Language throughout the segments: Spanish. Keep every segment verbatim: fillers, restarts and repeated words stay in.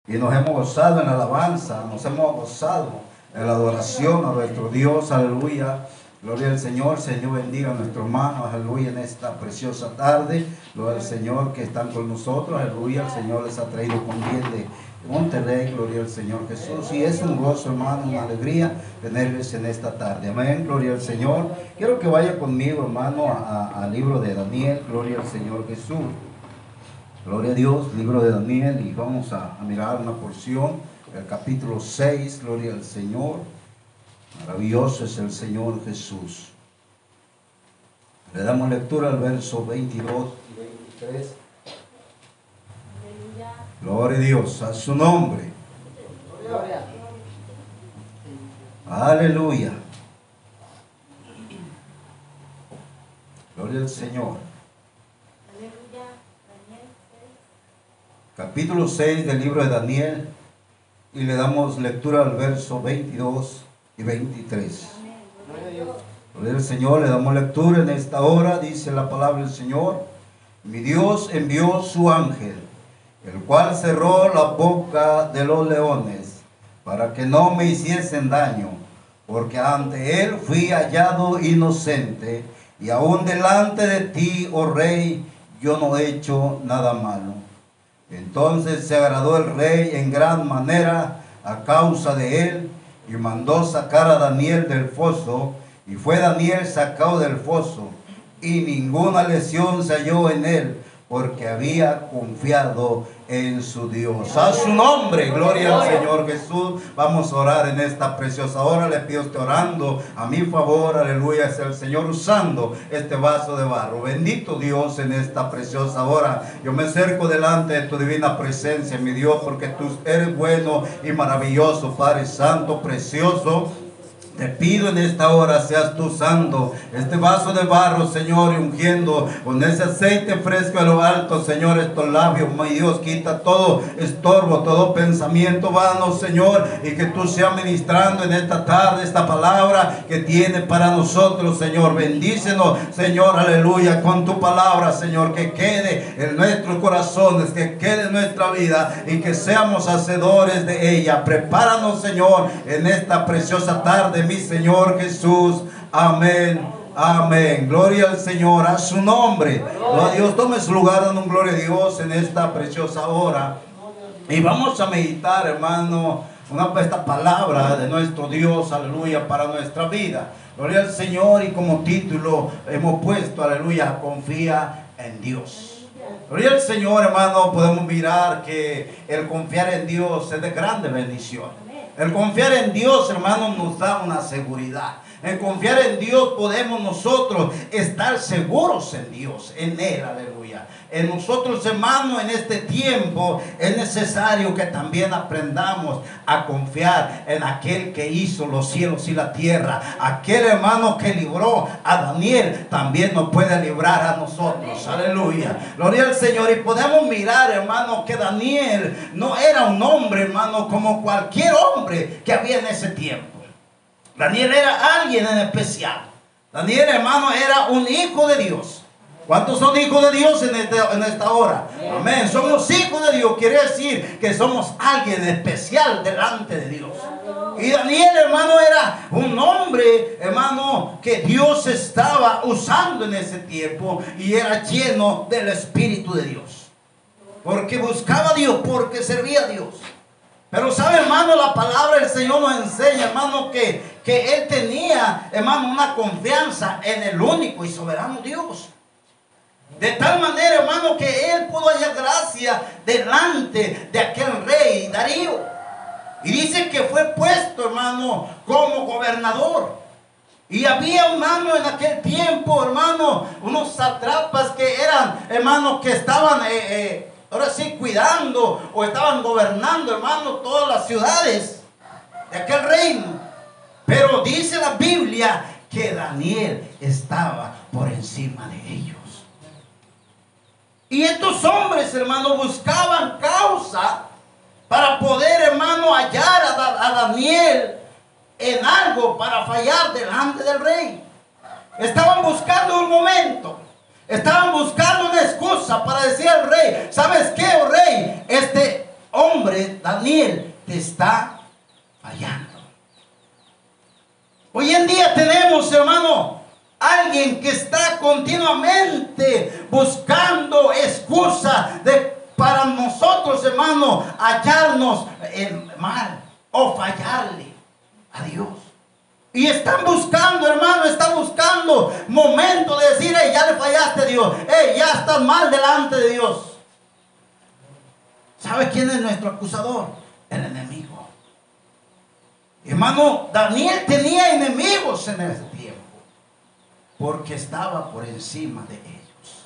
y nos hemos gozado en la alabanza, nos hemos gozado en la adoración a nuestro Dios, aleluya. Gloria al Señor. Señor bendiga a nuestros hermanos, aleluya, en esta preciosa tarde. Gloria al Señor que están con nosotros, aleluya. El Señor les ha traído con bien de Monterrey, gloria al Señor Jesús. Y es un gozo, hermano, una alegría tenerles en esta tarde. Amén, gloria al Señor. Quiero que vaya conmigo, hermano, al libro de Daniel, gloria al Señor Jesús. Gloria a Dios, libro de Daniel, y vamos a, a mirar una porción, el capítulo seis, gloria al Señor. Maravilloso es el Señor Jesús. Le damos lectura al verso veintidós y veintitrés. Gloria a Dios, a su nombre. Gloria. Aleluya. Gloria al Señor. Capítulo seis del libro de Daniel, y le damos lectura al verso veintidós y veintitrés. Gloria al Señor, le damos lectura en esta hora. Dice la palabra del Señor: mi Dios envió su ángel, el cual cerró la boca de los leones, para que no me hiciesen daño, porque ante él fui hallado inocente, y aún delante de ti, oh rey, yo no he hecho nada malo. Entonces se agradó el rey en gran manera a causa de él, y mandó sacar a Daniel del foso, y fue Daniel sacado del foso, y ninguna lesión se halló en él, porque había confiado en su Dios. A su nombre, gloria al Señor Jesús. Vamos a orar en esta preciosa hora. Le pido esté orando a mi favor, aleluya, es el Señor usando este vaso de barro. Bendito Dios, en esta preciosa hora yo me acerco delante de tu divina presencia, mi Dios, porque tú eres bueno y maravilloso, Padre Santo, precioso. Te pido en esta hora seas tú usando este vaso de barro, Señor, y ungiendo con ese aceite fresco de lo alto, Señor, estos labios, mi Dios, quita todo estorbo, todo pensamiento vano, Señor, y que tú seas ministrando en esta tarde esta palabra que tiene para nosotros, Señor. Bendícenos, Señor, aleluya, con tu palabra, Señor, que quede en nuestros corazones, que quede en nuestra vida y que seamos hacedores de ella. Prepáranos, Señor, en esta preciosa tarde, mi Señor Jesús. Amén, amén. Gloria al Señor, a su nombre. Gloria a Dios. Tome su lugar, dando un gloria a Dios en esta preciosa hora. Y vamos a meditar, hermano, una, esta palabra de nuestro Dios, aleluya, para nuestra vida. Gloria al Señor. Y como título hemos puesto, aleluya, confía en Dios. Gloria al Señor, hermano. Podemos mirar que el confiar en Dios es de grande bendición. El confiar en Dios, hermano, nos da una seguridad. En confiar en Dios podemos nosotros estar seguros en Dios, en Él, aleluya. En nosotros, hermano, en este tiempo es necesario que también aprendamos a confiar en aquel que hizo los cielos y la tierra. Aquel, hermano, que libró a Daniel, también nos puede librar a nosotros, aleluya. Gloria al Señor. Y podemos mirar, hermano, que Daniel no era un hombre, hermano, como cualquier hombre que había en ese tiempo. Daniel era alguien en especial. Daniel, hermano, era un hijo de Dios. ¿Cuántos son hijos de Dios en, este, en esta hora? Amén. Somos hijos de Dios. Quiere decir que somos alguien especial delante de Dios. Y Daniel, hermano, era un hombre, hermano, que Dios estaba usando en ese tiempo, y era lleno del Espíritu de Dios. Porque buscaba a Dios, porque servía a Dios. Pero sabe, hermano, la palabra del Señor nos enseña, hermano, que, que él tenía, hermano, una confianza en el único y soberano Dios. De tal manera, hermano, que él pudo hallar gracia delante de aquel rey Darío. Y dice que fue puesto, hermano, como gobernador. Y había, hermano, en aquel tiempo, hermano, unos sátrapas que eran, hermano, que estaban... Eh, eh, ahora sí, cuidando o estaban gobernando, hermano, todas las ciudades de aquel reino. Pero dice la Biblia que Daniel estaba por encima de ellos. Y estos hombres, hermano, buscaban causa para poder, hermano, hallar a, a Daniel en algo para fallar delante del rey. Estaban buscando un momento. Estaban buscando una excusa para decir al rey: ¿sabes qué, oh rey? Este, hombre, Daniel, te está fallando. Hoy en día tenemos, hermano, alguien que está continuamente buscando excusas de, para nosotros, hermano, hallarnos en mal o fallarle a Dios. Y están buscando, hermano, están buscando momento de decir, hey, ya le fallaste a Dios, hey, ya estás mal delante de Dios. ¿Sabe quién es nuestro acusador? El enemigo. Hermano, Daniel tenía enemigos en ese tiempo, porque estaba por encima de ellos.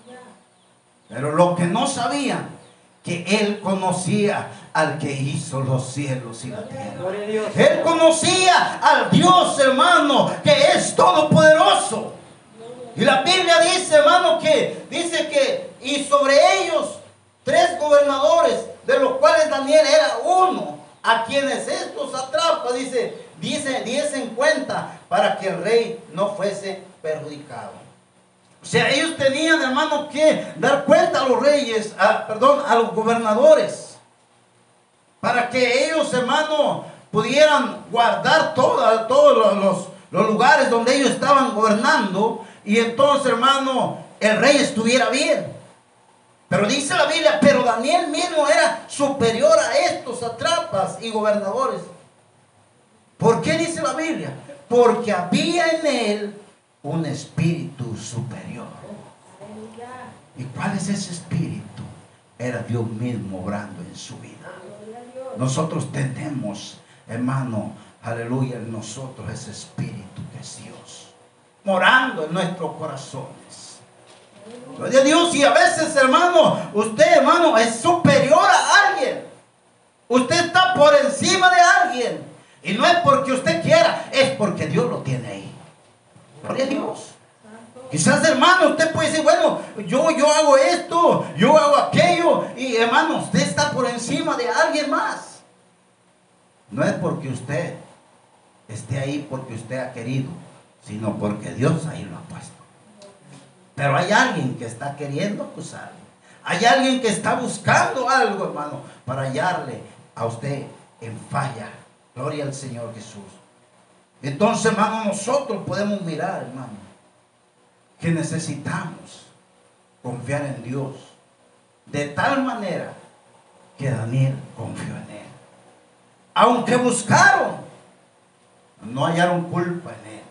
Pero lo que no sabían, que él conocía al que hizo los cielos y la tierra. Él conocía al Dios, hermano, que es todopoderoso. Y la Biblia dice, hermano, que dice que y sobre ellos tres gobernadores, de los cuales Daniel era uno, a quienes estos atrapa, dice, dice, diesen cuenta para que el rey no fuese perjudicado. O sea, ellos tenían, hermano, que dar cuenta a los reyes, a, perdón, a los gobernadores, para que ellos, hermano, pudieran guardar todos todo los, los, los lugares donde ellos estaban gobernando, y entonces, hermano, el rey estuviera bien. Pero dice la Biblia, pero Daniel mismo era superior a estos satrapas y gobernadores. ¿Por qué dice la Biblia? Porque había en él un espíritu superior. ¿Y cuál es ese espíritu? Era Dios mismo obrando en su vida. Nosotros tenemos, hermano, aleluya, en nosotros ese espíritu que es Dios, morando en nuestros corazones. Gloria a Dios. Y a veces, hermano, usted, hermano, es superior a alguien. Usted está por encima de alguien. Y no es porque usted quiera, es porque Dios lo tiene ahí. Gloria a Dios. Quizás, hermano, usted puede decir, bueno, yo, yo hago esto, yo hago aquello. Y, hermano, usted está por encima de alguien más. No es porque usted esté ahí porque usted ha querido, sino porque Dios ahí lo ha puesto. Pero hay alguien que está queriendo acusarle. Hay alguien que está buscando algo, hermano, para hallarle a usted en falla. Gloria al Señor Jesús. Entonces, hermano, nosotros podemos mirar, hermano, que necesitamos confiar en Dios de tal manera que Daniel confió en él. Aunque buscaron, no hallaron culpa en él.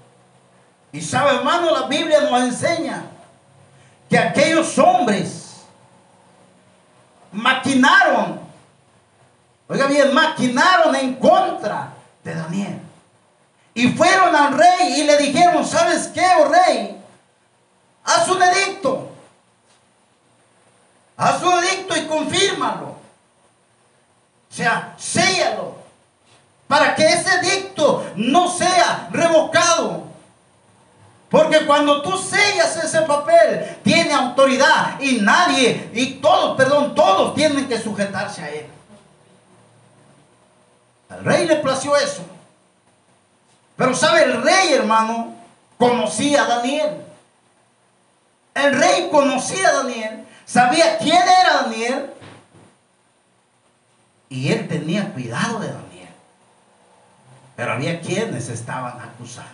Y sabe, hermano, la Biblia nos enseña que aquellos hombres maquinaron, oiga bien, maquinaron en contra de Daniel. Y fueron al rey y le dijeron, ¿sabes qué, oh rey? Haz un edicto. Haz un edicto y confírmalo. O sea, séllalo, para que ese edicto no sea revocado. Porque cuando tú sellas ese papel, tiene autoridad y nadie, y todos, perdón, todos tienen que sujetarse a él. Al rey le plació eso. Pero sabe, el rey, hermano, conocía a Daniel. El rey conocía a Daniel, sabía quién era Daniel, y él tenía cuidado de Daniel. Pero había quienes estaban acusando.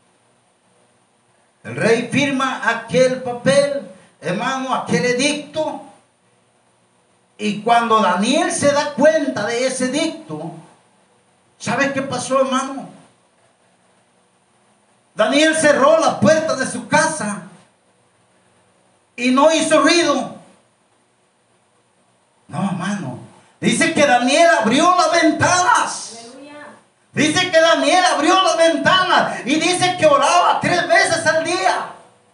El rey firma aquel papel, hermano, aquel edicto. Y cuando Daniel se da cuenta de ese edicto, ¿sabe qué pasó, hermano? Daniel cerró las puertas de su casa y no hizo ruido. No, hermano. Dice que Daniel abrió las ventanas. Dice que Daniel abrió las ventanas y dice que oraba tres veces al día.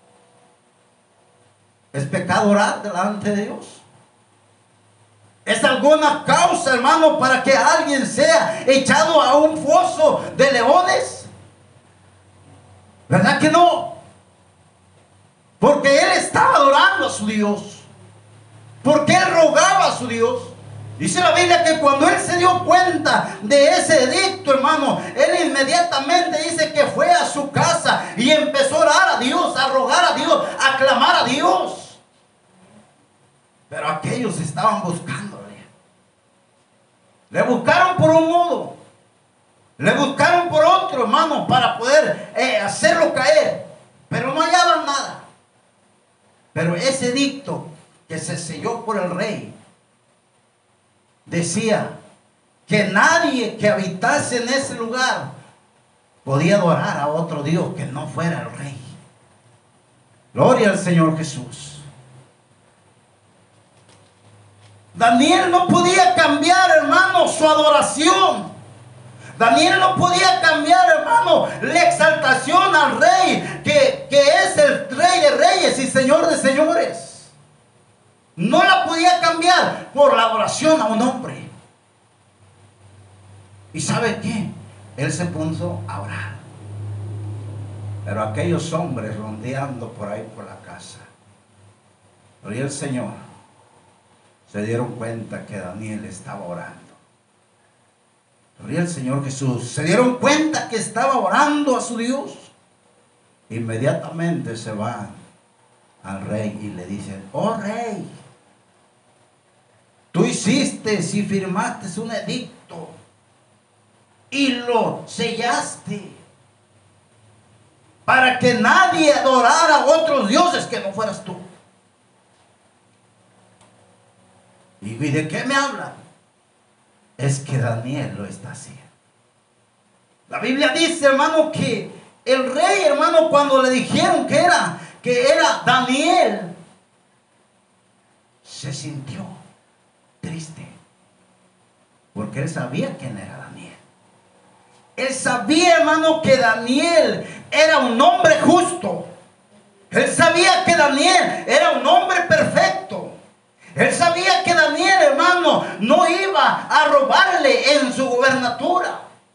¿Es pecado orar delante de Dios? ¿Es alguna causa, hermano, para que alguien sea echado a un foso de leones? ¿Verdad que no? Porque él estaba adorando a su Dios. Porque él rogaba a su Dios. Dice la Biblia que cuando él se dio cuenta de ese edicto, hermano, él inmediatamente dice que fue a su casa y empezó a orar a Dios, a rogar a Dios, a clamar a Dios. Pero aquellos estaban buscándole. Le buscaron por un modo, le buscaron por otro, hermano, para poder eh, hacerlo caer, pero no hallaban nada. Pero ese edicto que se selló por el rey decía que nadie que habitase en ese lugar podía adorar a otro Dios que no fuera el rey. Gloria al Señor Jesús. Daniel no podía cambiar, hermano, su adoración. Daniel no podía cambiar, hermano, la exaltación al rey, que, que es el rey de reyes y señor de señores. No la podía cambiar por la adoración a un hombre. ¿Y sabe qué? Él se puso a orar. Pero aquellos hombres rondeando por ahí por la casa, y el Señor, se dieron cuenta que Daniel estaba orando. Y el Señor Jesús, se dieron cuenta que estaba orando a su Dios. Inmediatamente se van al rey y le dicen: oh rey, tú hiciste y firmaste un edicto y lo sellaste para que nadie adorara a otros dioses que no fueras tú. ¿Y de qué me hablan? Es que Daniel lo está haciendo. La Biblia dice, hermano, que el rey, hermano, cuando le dijeron que era, que era Daniel, se sintió triste, porque él sabía quién era Daniel. Él sabía, hermano, que Daniel era un hombre justo. Él sabía que Daniel era un hombre perfecto. Él sabía que Daniel, hermano, no iba a robarle en su gobernatura.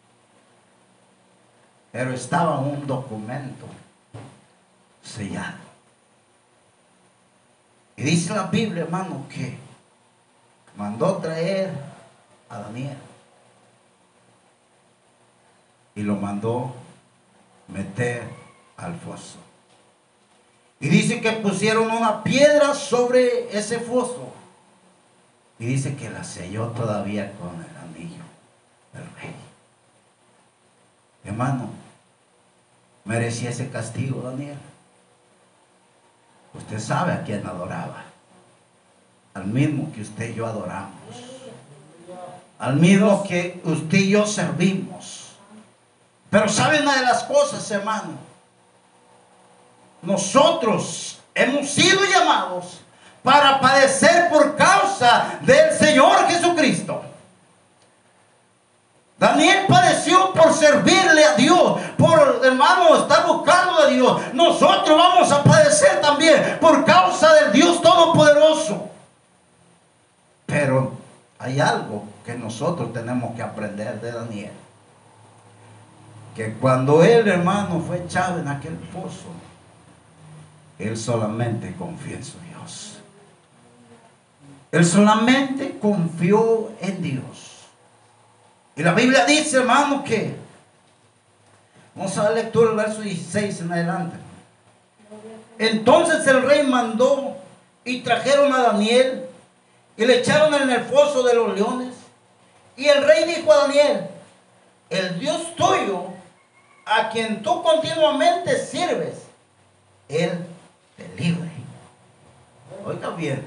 Pero estaba un documento sellado. Y dice la Biblia, hermano, que mandó traer a Daniel y lo mandó meter al foso. Y dice que pusieron una piedra sobre ese foso. Y dice que la selló todavía con el anillo del rey. Hermano, ¿merecía ese castigo Daniel? Usted sabe a quién adoraba. Al mismo que usted y yo adoramos. Al mismo que usted y yo servimos. Pero ¿sabe una de las cosas, hermano? Nosotros hemos sido llamados para padecer por causa del Señor Jesucristo. Daniel padeció por servirle a Dios, por, hermano, estar buscando a Dios. Nosotros vamos a padecer también por causa del Dios Todopoderoso. Pero hay algo que nosotros tenemos que aprender de Daniel. Que cuando él, hermano, fue echado en aquel pozo, él solamente confió en su Dios. Él solamente confió en Dios. Y la Biblia dice, hermano, que vamos a dar lectura del verso dieciséis en adelante. Entonces el rey mandó y trajeron a Daniel y le echaron en el foso de los leones. Y el rey dijo a Daniel: el Dios tuyo, a quien tú continuamente sirves, él te libre. Oiga bien,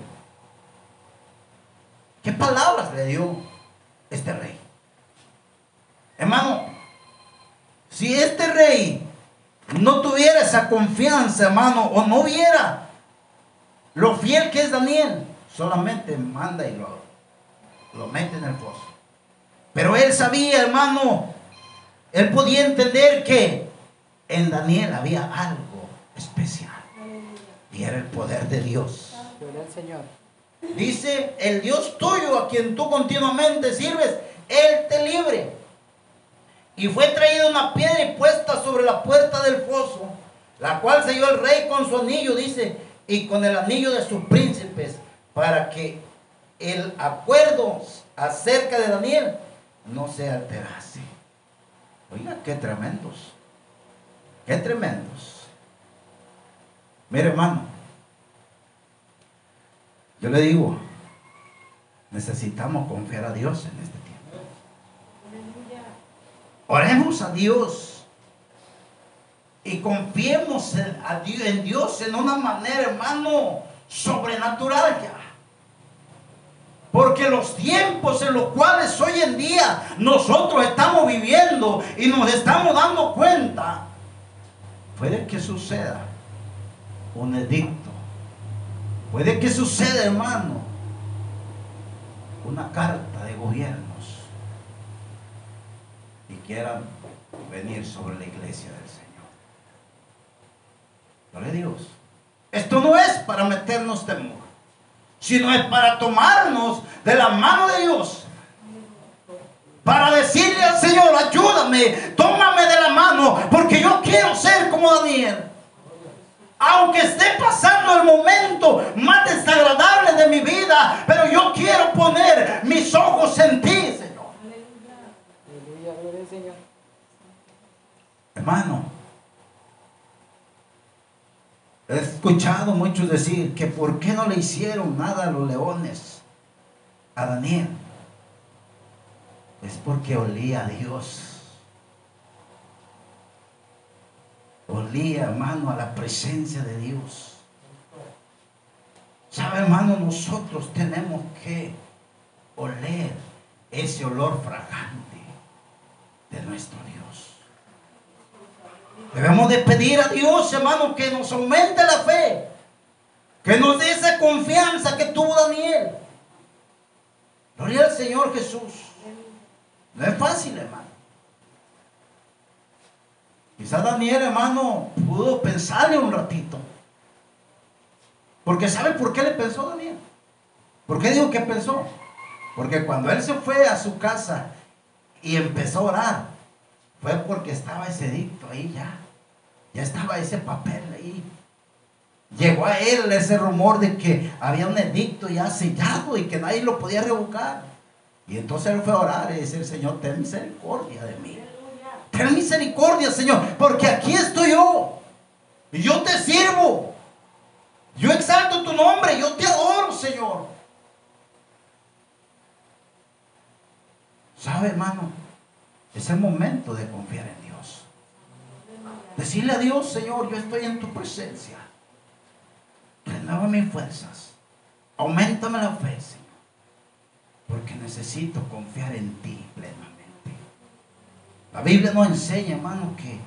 ¿qué palabras le dio este rey? Hermano, si este rey no tuviera esa confianza, hermano, o no viera lo fiel que es Daniel, solamente manda y lo, lo mete en el foso. Pero él sabía, hermano, él podía entender que en Daniel había algo especial. Y era el poder de Dios. Dice: el Dios tuyo, a quien tú continuamente sirves, él te libre. Y fue traída una piedra y puesta sobre la puerta del foso, la cual selló el rey con su anillo, dice, y con el anillo de sus príncipes, para que el acuerdo acerca de Daniel no se alterase. Oiga, qué tremendos, qué tremendos. Mire, hermano, yo le digo, necesitamos confiar a Dios en este tiempo. Oremos a Dios y confiemos en, a Dios, en Dios en una manera, hermano, sobrenatural ya. Porque los tiempos en los cuales hoy en día nosotros estamos viviendo y nos estamos dando cuenta, puede que suceda un edicto, puede que suceda, hermano, una carta de gobiernos y quieran venir sobre la iglesia del Señor. Gloria a Dios. Esto no es para meternos temor, sino es para tomarnos de la mano de Dios, para decirle al Señor: ayúdame, tómame de la mano, porque yo quiero ser como Daniel. Aunque esté pasando el momento más desagradable de mi vida, pero yo quiero poner mis ojos en ti, Señor. Aleluya, gloria al Señor. Hermano, he escuchado muchos decir que por qué no le hicieron nada a los leones, a Daniel. Es porque olía a Dios. Olía, hermano, a la presencia de Dios. ¿Sabe, hermano? Nosotros tenemos que oler ese olor fragante de nuestro Dios. Debemos de pedir a Dios, hermano, que nos aumente la fe, que nos dé esa confianza que tuvo Daniel. Gloria al Señor Jesús. No es fácil, hermano. Quizás Daniel, hermano, pudo pensarle un ratito. Porque ¿sabe por qué le pensó Daniel? ¿Por qué digo que pensó? Porque cuando él se fue a su casa y empezó a orar, fue porque estaba ese edicto ahí ya. Ya estaba ese papel ahí. Llegó a él ese rumor de que había un edicto ya sellado y que nadie lo podía revocar. Y entonces él fue a orar y decir: Señor, ten misericordia de mí. Ten misericordia, Señor, porque aquí estoy yo. Y yo te sirvo. Yo exalto tu nombre. Yo te adoro, Señor. ¿Sabe, hermano? Es el momento de confiar en Dios. Decirle a Dios: Señor, yo estoy en tu presencia. Renueva mis fuerzas. Auméntame la fe, Señor. Porque necesito confiar en ti plenamente. La Biblia nos enseña, hermano, que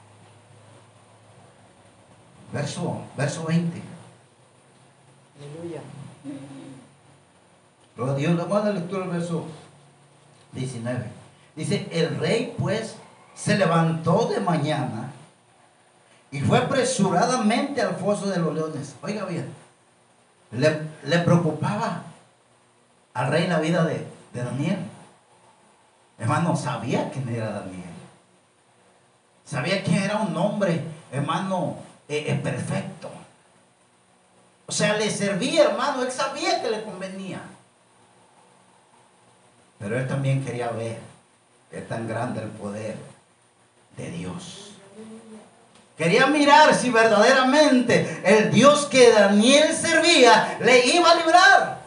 verso, verso veinte. Aleluya. Gloria a Dios. Le voy a dar lectura al verso diecinueve. Dice: el rey pues se levantó de mañana y fue apresuradamente al foso de los leones. Oiga bien, le, le preocupaba al rey la vida de, de Daniel. Hermano, sabía quién era Daniel. Sabía que era un hombre, hermano, eh, eh, perfecto. O sea, le servía, hermano. Él sabía que le convenía. Pero él también quería ver qué tan grande el poder de Dios. Quería mirar si verdaderamente el Dios que Daniel servía le iba a librar.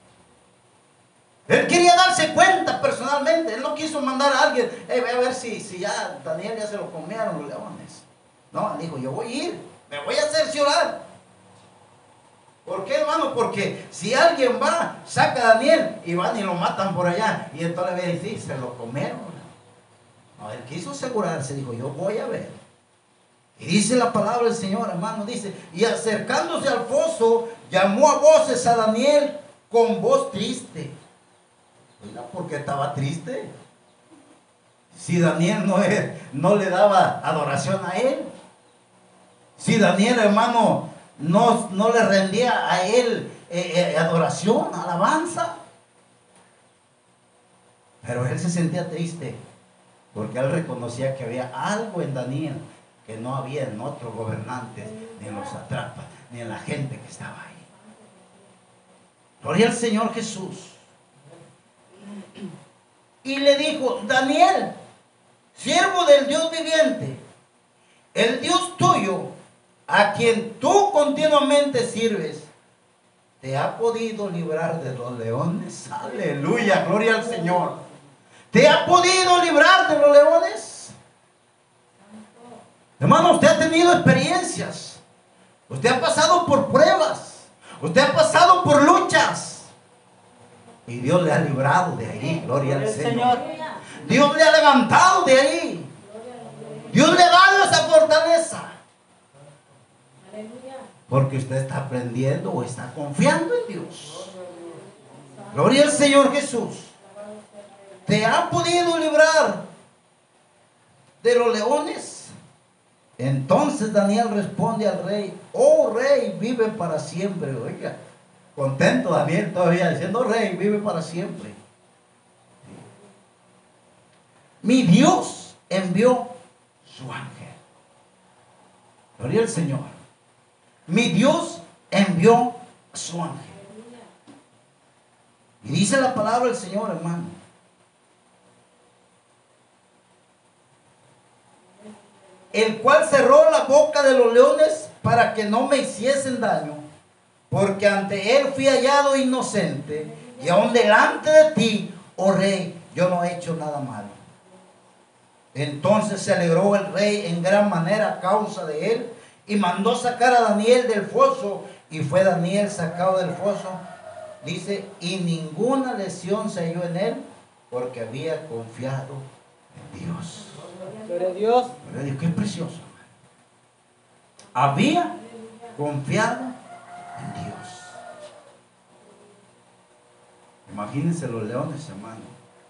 Él quería darse cuenta personalmente. Él no quiso mandar a alguien: hey, ve a ver si, si ya Daniel ya se lo comieron los leones. No, él dijo: yo voy a ir, me voy a cerciorar. ¿Por qué, hermano? Porque si alguien va, saca a Daniel y van y lo matan por allá, y entonces le va a decir: se lo comieron. No, él quiso asegurarse, dijo: yo voy a ver. Y dice la palabra del Señor, hermano, dice: y acercándose al foso, llamó a voces a Daniel con voz triste. Oiga, ¿por qué estaba triste? Si Daniel no, es, no le daba adoración a él. Si Daniel, hermano, no, no le rendía a él eh, eh, adoración, alabanza. Pero él se sentía triste porque él reconocía que había algo en Daniel que no había en otros gobernantes, ni en los satrapas, ni en la gente que estaba ahí. Gloria al Señor Jesús. Y le dijo: Daniel, siervo del Dios viviente, el Dios tuyo, a quien tú continuamente sirves, ¿te ha podido librar de los leones? Aleluya, gloria al Señor. ¿Te ha podido librar de los leones? Hermano, usted ha tenido experiencias. Usted ha pasado por pruebas. Usted ha pasado por luchas. Y Dios le ha librado de ahí. Gloria al Señor. Dios le ha levantado de ahí. Dios le ha dado esa fortaleza. Porque usted está aprendiendo o está confiando en Dios. Gloria al Señor Jesús. ¿Te ha podido librar de los leones? Entonces Daniel responde al rey: oh rey, vive para siempre. Oiga, contento Daniel todavía diciendo: rey, vive para siempre. Mi Dios envió su ángel. Gloria al Señor. Mi Dios envió su ángel. Y dice la palabra del Señor, hermano, el cual cerró la boca de los leones para que no me hiciesen daño, porque ante él fui hallado inocente, y aun delante de ti, oh rey, yo no he hecho nada malo. Entonces se alegró el rey en gran manera a causa de él, y mandó sacar a Daniel del foso, y fue Daniel sacado del foso, dice, y ninguna lesión se halló en él, porque había confiado en Dios. Gloria a Dios. Gloria a Dios, qué precioso. Había confiado en Dios. Imagínense los leones, hermano.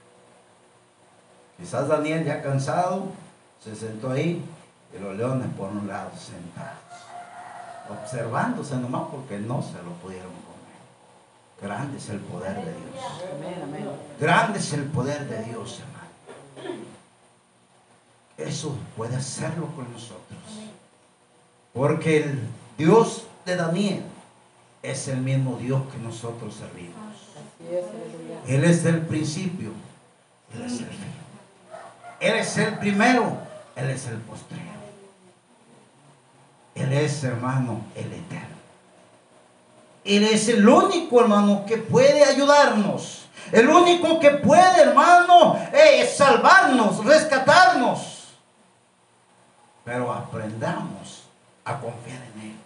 Quizás Daniel, ya cansado, se sentó ahí, y los leones por un lado sentados, observándose nomás, porque no se lo pudieron comer. Grande es el poder de Dios. Amén, amén. Grande es el poder de Dios, hermano. Eso puede hacerlo con nosotros. Porque el Dios de Daniel es el mismo Dios que nosotros servimos. Así es, aleluya. Él es el principio, Él es el fin. Él es el primero, Él es el postrero. Él es, hermano, el eterno. Él es el único, hermano, que puede ayudarnos. El único que puede, hermano, eh, salvarnos, rescatarnos. Pero aprendamos a confiar en Él.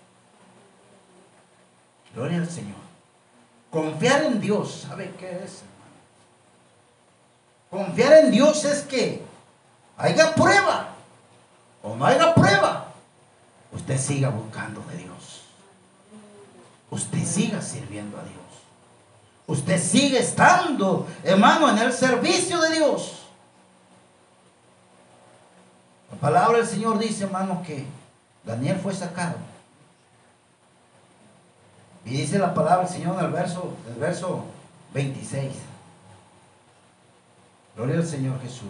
Gloria al Señor. Confiar en Dios, ¿sabe qué es, hermano? Confiar en Dios es que haya prueba o no haya prueba, usted siga buscando de Dios. Usted siga sirviendo a Dios. Usted sigue estando, hermano, en el servicio de Dios. La palabra del Señor dice, hermano, que Daniel fue sacado. Y dice la palabra del Señor en el verso, el verso veintiséis. Gloria al Señor Jesús.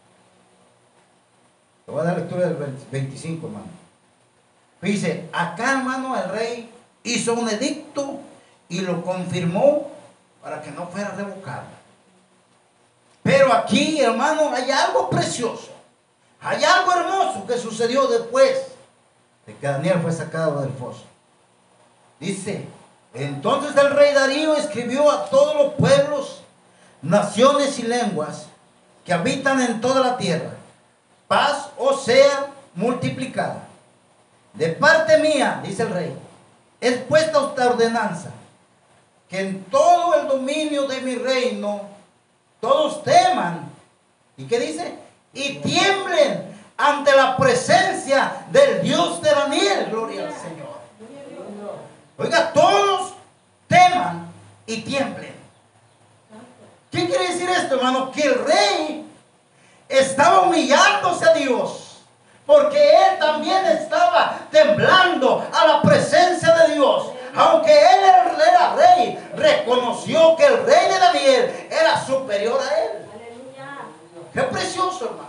Le voy a dar lectura del veinticinco, hermano. Dice, acá, hermano, el rey hizo un edicto y lo confirmó para que no fuera revocado. Pero aquí, hermano, hay algo precioso. Hay algo hermoso que sucedió después de que Daniel fue sacado del foso. Dice, entonces el rey Darío escribió a todos los pueblos, naciones y lenguas que habitan en toda la tierra: paz os sea multiplicada. De parte mía, dice el rey, es puesta esta ordenanza, que en todo el dominio de mi reino todos teman. ¿Y qué dice? Y tiemblen ante la presencia del Dios de Daniel. Gloria al Señor. Oiga, todos teman y tiemblen. ¿Qué quiere decir esto, hermano? Que el rey estaba humillándose a Dios, porque él también estaba temblando a la presencia de Dios. Aunque él era rey, reconoció que el rey de Daniel era superior a él. Qué precioso, hermano.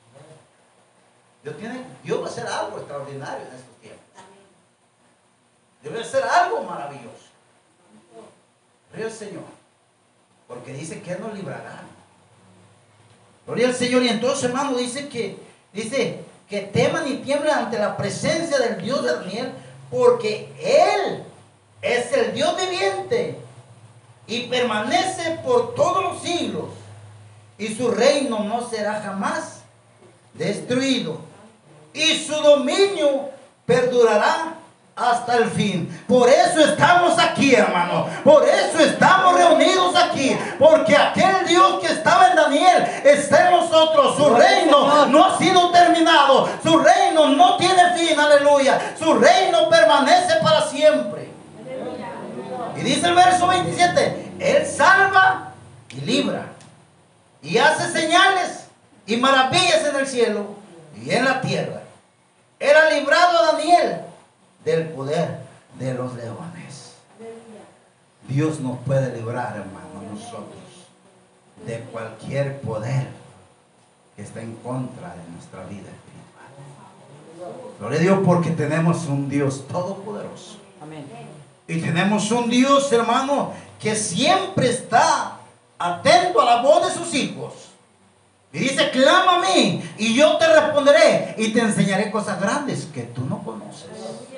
Dios, tiene, Dios va a hacer algo extraordinario en estos tiempos. Dios va a hacer algo maravilloso. Gloria al Señor. Porque dice que Él nos librará. Gloria al Señor. Y entonces, hermano, dice que, dice que teman y tiemblan ante la presencia del Dios de Daniel, porque Él es el Dios viviente y permanece por todos los siglos. y su reino no será jamás destruido, y su dominio perdurará hasta el fin. Por eso estamos aquí, hermano. Por eso estamos reunidos aquí. Porque aquel Dios que estaba en Daniel está en nosotros. Su reino no ha sido terminado. Su reino no tiene fin. Aleluya. Su reino permanece para siempre. Y dice el verso veintisiete: Él salva y libra, y hace señales y maravillas en el cielo y en la tierra. Él ha librado a Daniel del poder de los leones. Dios nos puede librar, hermano, nosotros, de cualquier poder que está en contra de nuestra vida espiritual. Gloria a Dios, porque tenemos un Dios todopoderoso. Amén. Y tenemos un Dios, hermano, que siempre está atento a la voz de sus hijos. Y dice: clama a mí y yo te responderé y te enseñaré cosas grandes que tú no conoces.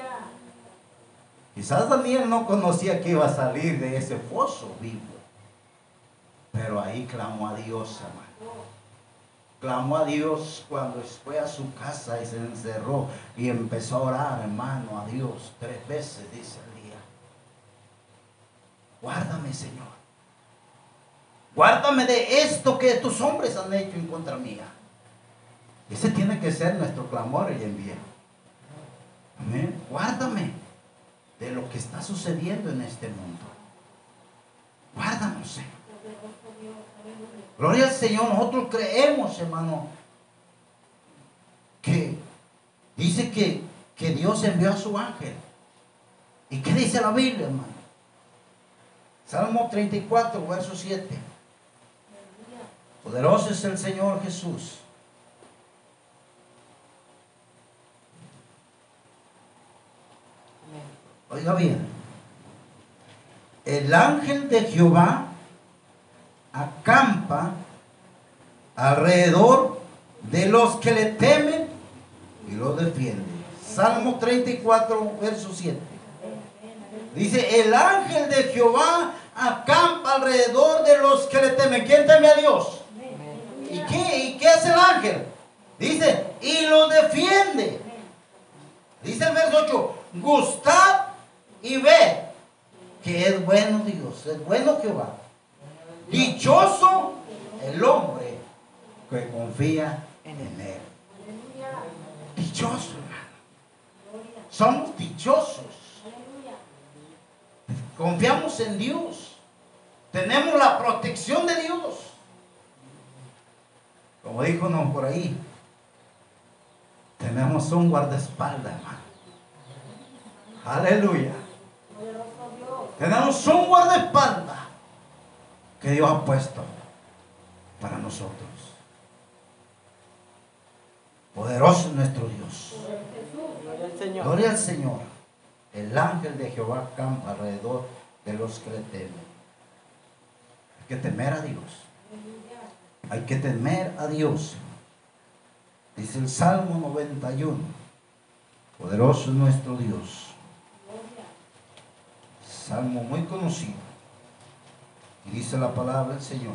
Quizás Daniel no conocía que iba a salir de ese foso vivo, pero ahí clamó a Dios, hermano. Clamó a Dios cuando fue a su casa y se encerró y empezó a orar, hermano, a Dios tres veces, dice el día. Guárdame, Señor. Guárdame de esto que tus hombres han hecho en contra mía. Ese tiene que ser nuestro clamor y envío. Amén. Guárdame de lo que está sucediendo en este mundo. Guárdanos, Señor. Gloria al Señor. Nosotros creemos, hermano, que dice que, que Dios envió a su ángel. ¿Y qué dice la Biblia, hermano? Salmo treinta y cuatro, verso siete. Poderoso es el Señor Jesús. Oiga bien: el ángel de Jehová acampa alrededor de los que le temen y los defiende. Salmo treinta y cuatro, verso siete. Dice: el ángel de Jehová acampa alrededor de los que le temen. ¿Quién teme a Dios? ¿Y qué, ¿Y qué hace el ángel? Dice: y los defiende. Dice el verso ocho: gustad y ve que es bueno Dios, es bueno Jehová. Dichoso el hombre que confía en él. Dichoso, hermano. Somos dichosos. Confiamos en Dios. Tenemos la protección de Dios. Como dijo uno por ahí, tenemos un guardaespaldas, hermano. Aleluya. Tenemos un guardaespaldas que Dios ha puesto para nosotros. Poderoso es nuestro Dios. Gloria al Señor. Gloria al Señor. El ángel de Jehová campa alrededor de los que le temen. Hay que temer a Dios. Hay que temer a Dios. Dice el Salmo noventa y uno. Poderoso es nuestro Dios. Salmo muy conocido. Y dice la palabra del Señor: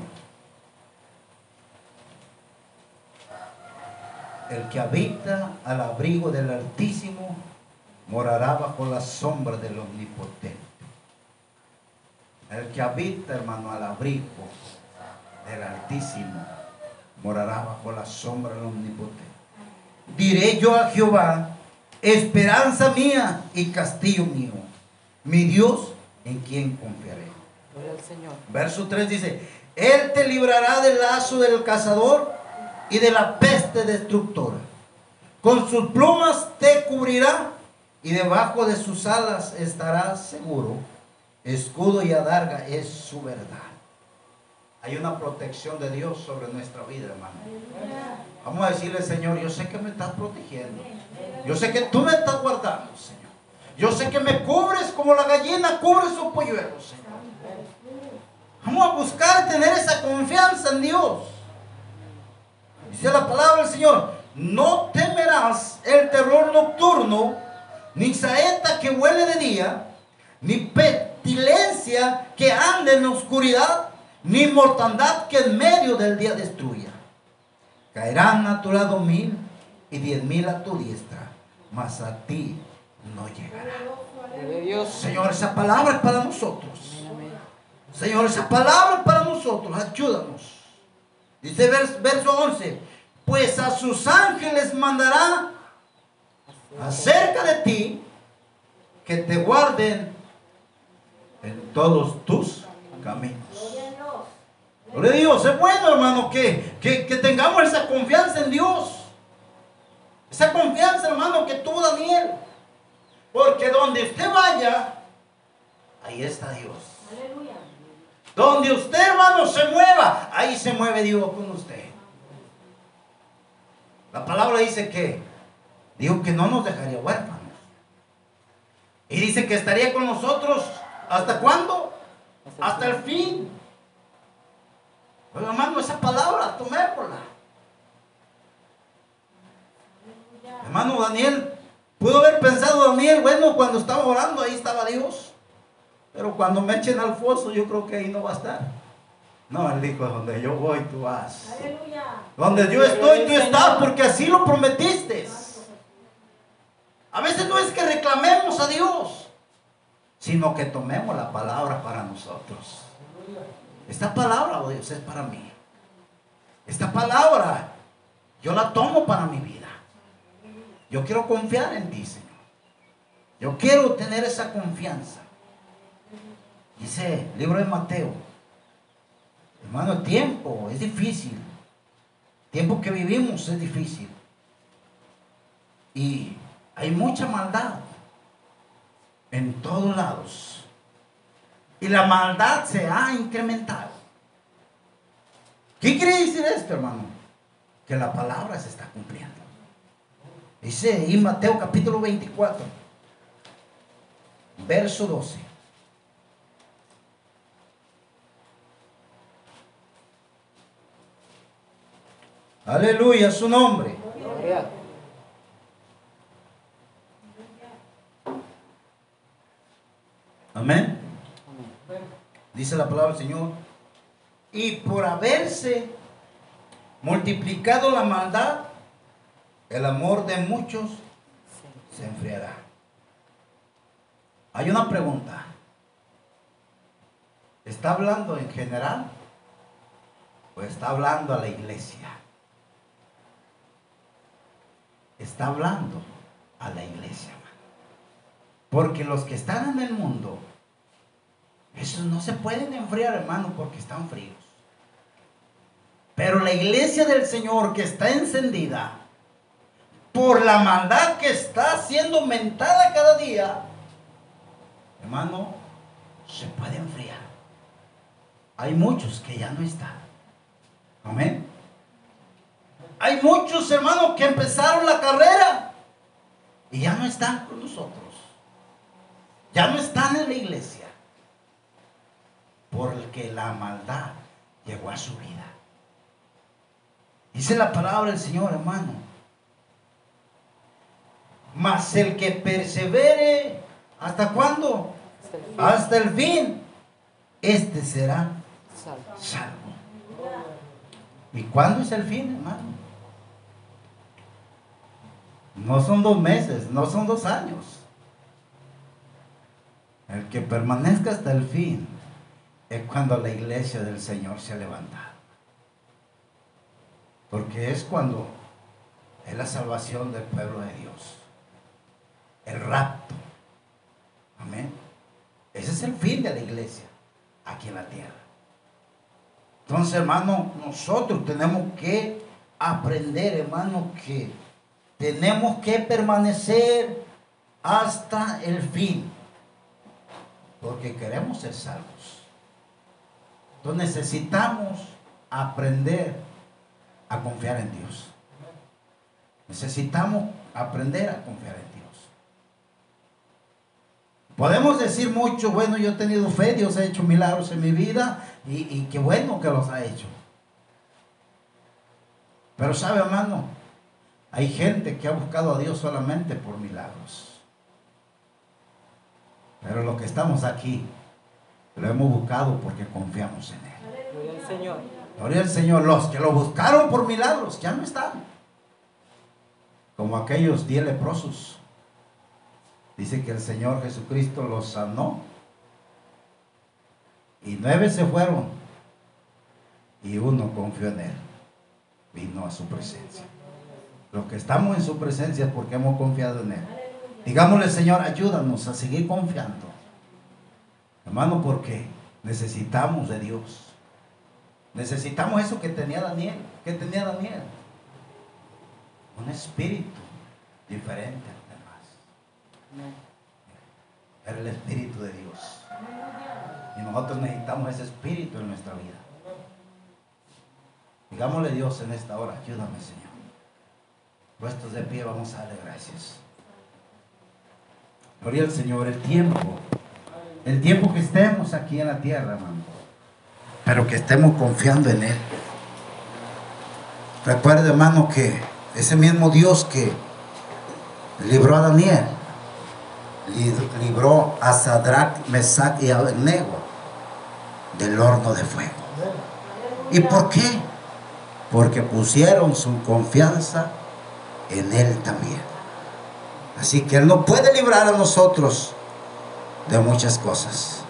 el que habita al abrigo del Altísimo morará bajo la sombra del Omnipotente. El que habita, hermano, al abrigo del Altísimo morará bajo la sombra del Omnipotente. Diré yo a Jehová: esperanza mía y castillo mío, mi Dios en quien confiaré. Gloria al Señor. Verso tres dice: Él te librará del lazo del cazador y de la peste destructora. Con sus plumas te cubrirá y debajo de sus alas estarás seguro. Escudo y adarga es su verdad. Hay una protección de Dios sobre nuestra vida, hermano. Vamos a decirle: Señor, yo sé que me estás protegiendo. Yo sé que tú me estás guardando, Señor. Yo sé que me cubres como la gallina cubre su polluelo, Señor. Vamos a buscar tener esa confianza en Dios. Dice la palabra del Señor: no temerás el terror nocturno, ni saeta que huele de día, ni pestilencia que ande en la oscuridad, ni mortandad que en medio del día destruya. Caerán a tu lado mil y diez mil a tu diestra, mas a ti no llegará. Gloria a Dios. Señor, esa palabra es para nosotros. Señor, esa palabra es para nosotros. Ayúdanos. Dice vers- verso once. Pues a sus ángeles mandará acerca de ti, que te guarden en todos tus caminos. Gloria a Dios. Es bueno, hermano, que, que, que tengamos esa confianza en Dios. Esa confianza, hermano, que tuvo Daniel. Porque donde usted vaya, ahí está Dios. Aleluya. Donde usted, hermano, se mueva, ahí se mueve Dios con usted. La palabra dice que dijo que no nos dejaría huérfanos. Y dice que estaría con nosotros. ¿Hasta cuándo? Hasta el fin. Oiga, hermano, esa palabra, tomémosla. Hermano Daniel, pudo haber pensado Daniel, bueno, cuando estaba orando, ahí estaba Dios. Pero cuando me echen al foso, yo creo que ahí no va a estar. No, él dijo, donde yo voy, tú vas. Aleluya. Donde yo estoy, tú estás, porque así lo prometiste. A veces no es que reclamemos a Dios, sino que tomemos la palabra para nosotros. Esta palabra, oh Dios, es para mí. Esta palabra, yo la tomo para mi vida. Yo quiero confiar en ti, Señor. Yo quiero tener esa confianza. Dice el libro de Mateo. Hermano, el tiempo es difícil. El tiempo que vivimos es difícil. Y hay mucha maldad en todos lados. Y la maldad se ha incrementado. ¿Qué quiere decir esto, hermano? Que la palabra se está cumpliendo. Dice en Mateo capítulo veinticuatro, verso doce. Aleluya, su nombre. Gloria. Amén. Dice la palabra del Señor. Y por haberse multiplicado la maldad, el amor de muchos se enfriará. Hay una pregunta. ¿Está hablando en general o está hablando a la iglesia? Está hablando a la iglesia. Porque los que están en el mundo, esos no se pueden enfriar, hermano, porque están fríos. Pero la iglesia del Señor, que está encendida por la maldad que está siendo aumentada cada día, hermano, se puede enfriar. Hay muchos que ya no están. Amén. Hay muchos, hermanos, que empezaron la carrera y ya no están con nosotros. Ya no están en la iglesia. Porque la maldad llegó a su vida. Dice la palabra del Señor, hermano. Mas el que persevere, ¿hasta cuándo? Hasta el fin. Hasta el fin. Este será Salvo. salvo. ¿Y cuándo es el fin, hermano? No son dos meses, no son dos años. El que permanezca hasta el fin es cuando la iglesia del Señor se ha levantado. Porque es cuando es la salvación del pueblo de Dios. El rapto. Amén. Ese es el fin de la iglesia aquí en la tierra. Entonces, hermano, nosotros tenemos que aprender, hermano, que tenemos que permanecer hasta el fin. Porque queremos ser salvos. Entonces necesitamos aprender a confiar en Dios. Necesitamos aprender a confiar en Dios. Podemos decir mucho, bueno, yo he tenido fe, Dios ha hecho milagros en mi vida y, y qué bueno que los ha hecho. Pero sabe, hermano, hay gente que ha buscado a Dios solamente por milagros. Pero los que estamos aquí, lo hemos buscado porque confiamos en Él. Gloria al Señor. Gloria al Señor. Los que lo buscaron por milagros ya no están. Como aquellos diez leprosos. Dice que el Señor Jesucristo los sanó. Y nueve se fueron. Y uno confió en Él. Vino a su presencia. Los que estamos en su presencia es porque hemos confiado en Él. Digámosle, Señor, ayúdanos a seguir confiando. Hermano, porque necesitamos de Dios. Necesitamos eso que tenía Daniel. ¿Qué tenía Daniel? Un espíritu diferente a los demás. Era el Espíritu de Dios. Y nosotros necesitamos ese espíritu en nuestra vida. Digámosle, Dios, en esta hora, ayúdame, Señor. Puestos de pie, vamos a darle gracias. Gloria al Señor. El tiempo, el tiempo que estemos aquí en la tierra, hermano, pero que estemos confiando en Él. Recuerde, hermano, que ese mismo Dios que libró a Daniel, libró a Sadrach, Mesach y Abednego del horno de fuego. ¿Y por qué? Porque pusieron su confianza en Él también. Así que Él nos puede librar a nosotros de muchas cosas.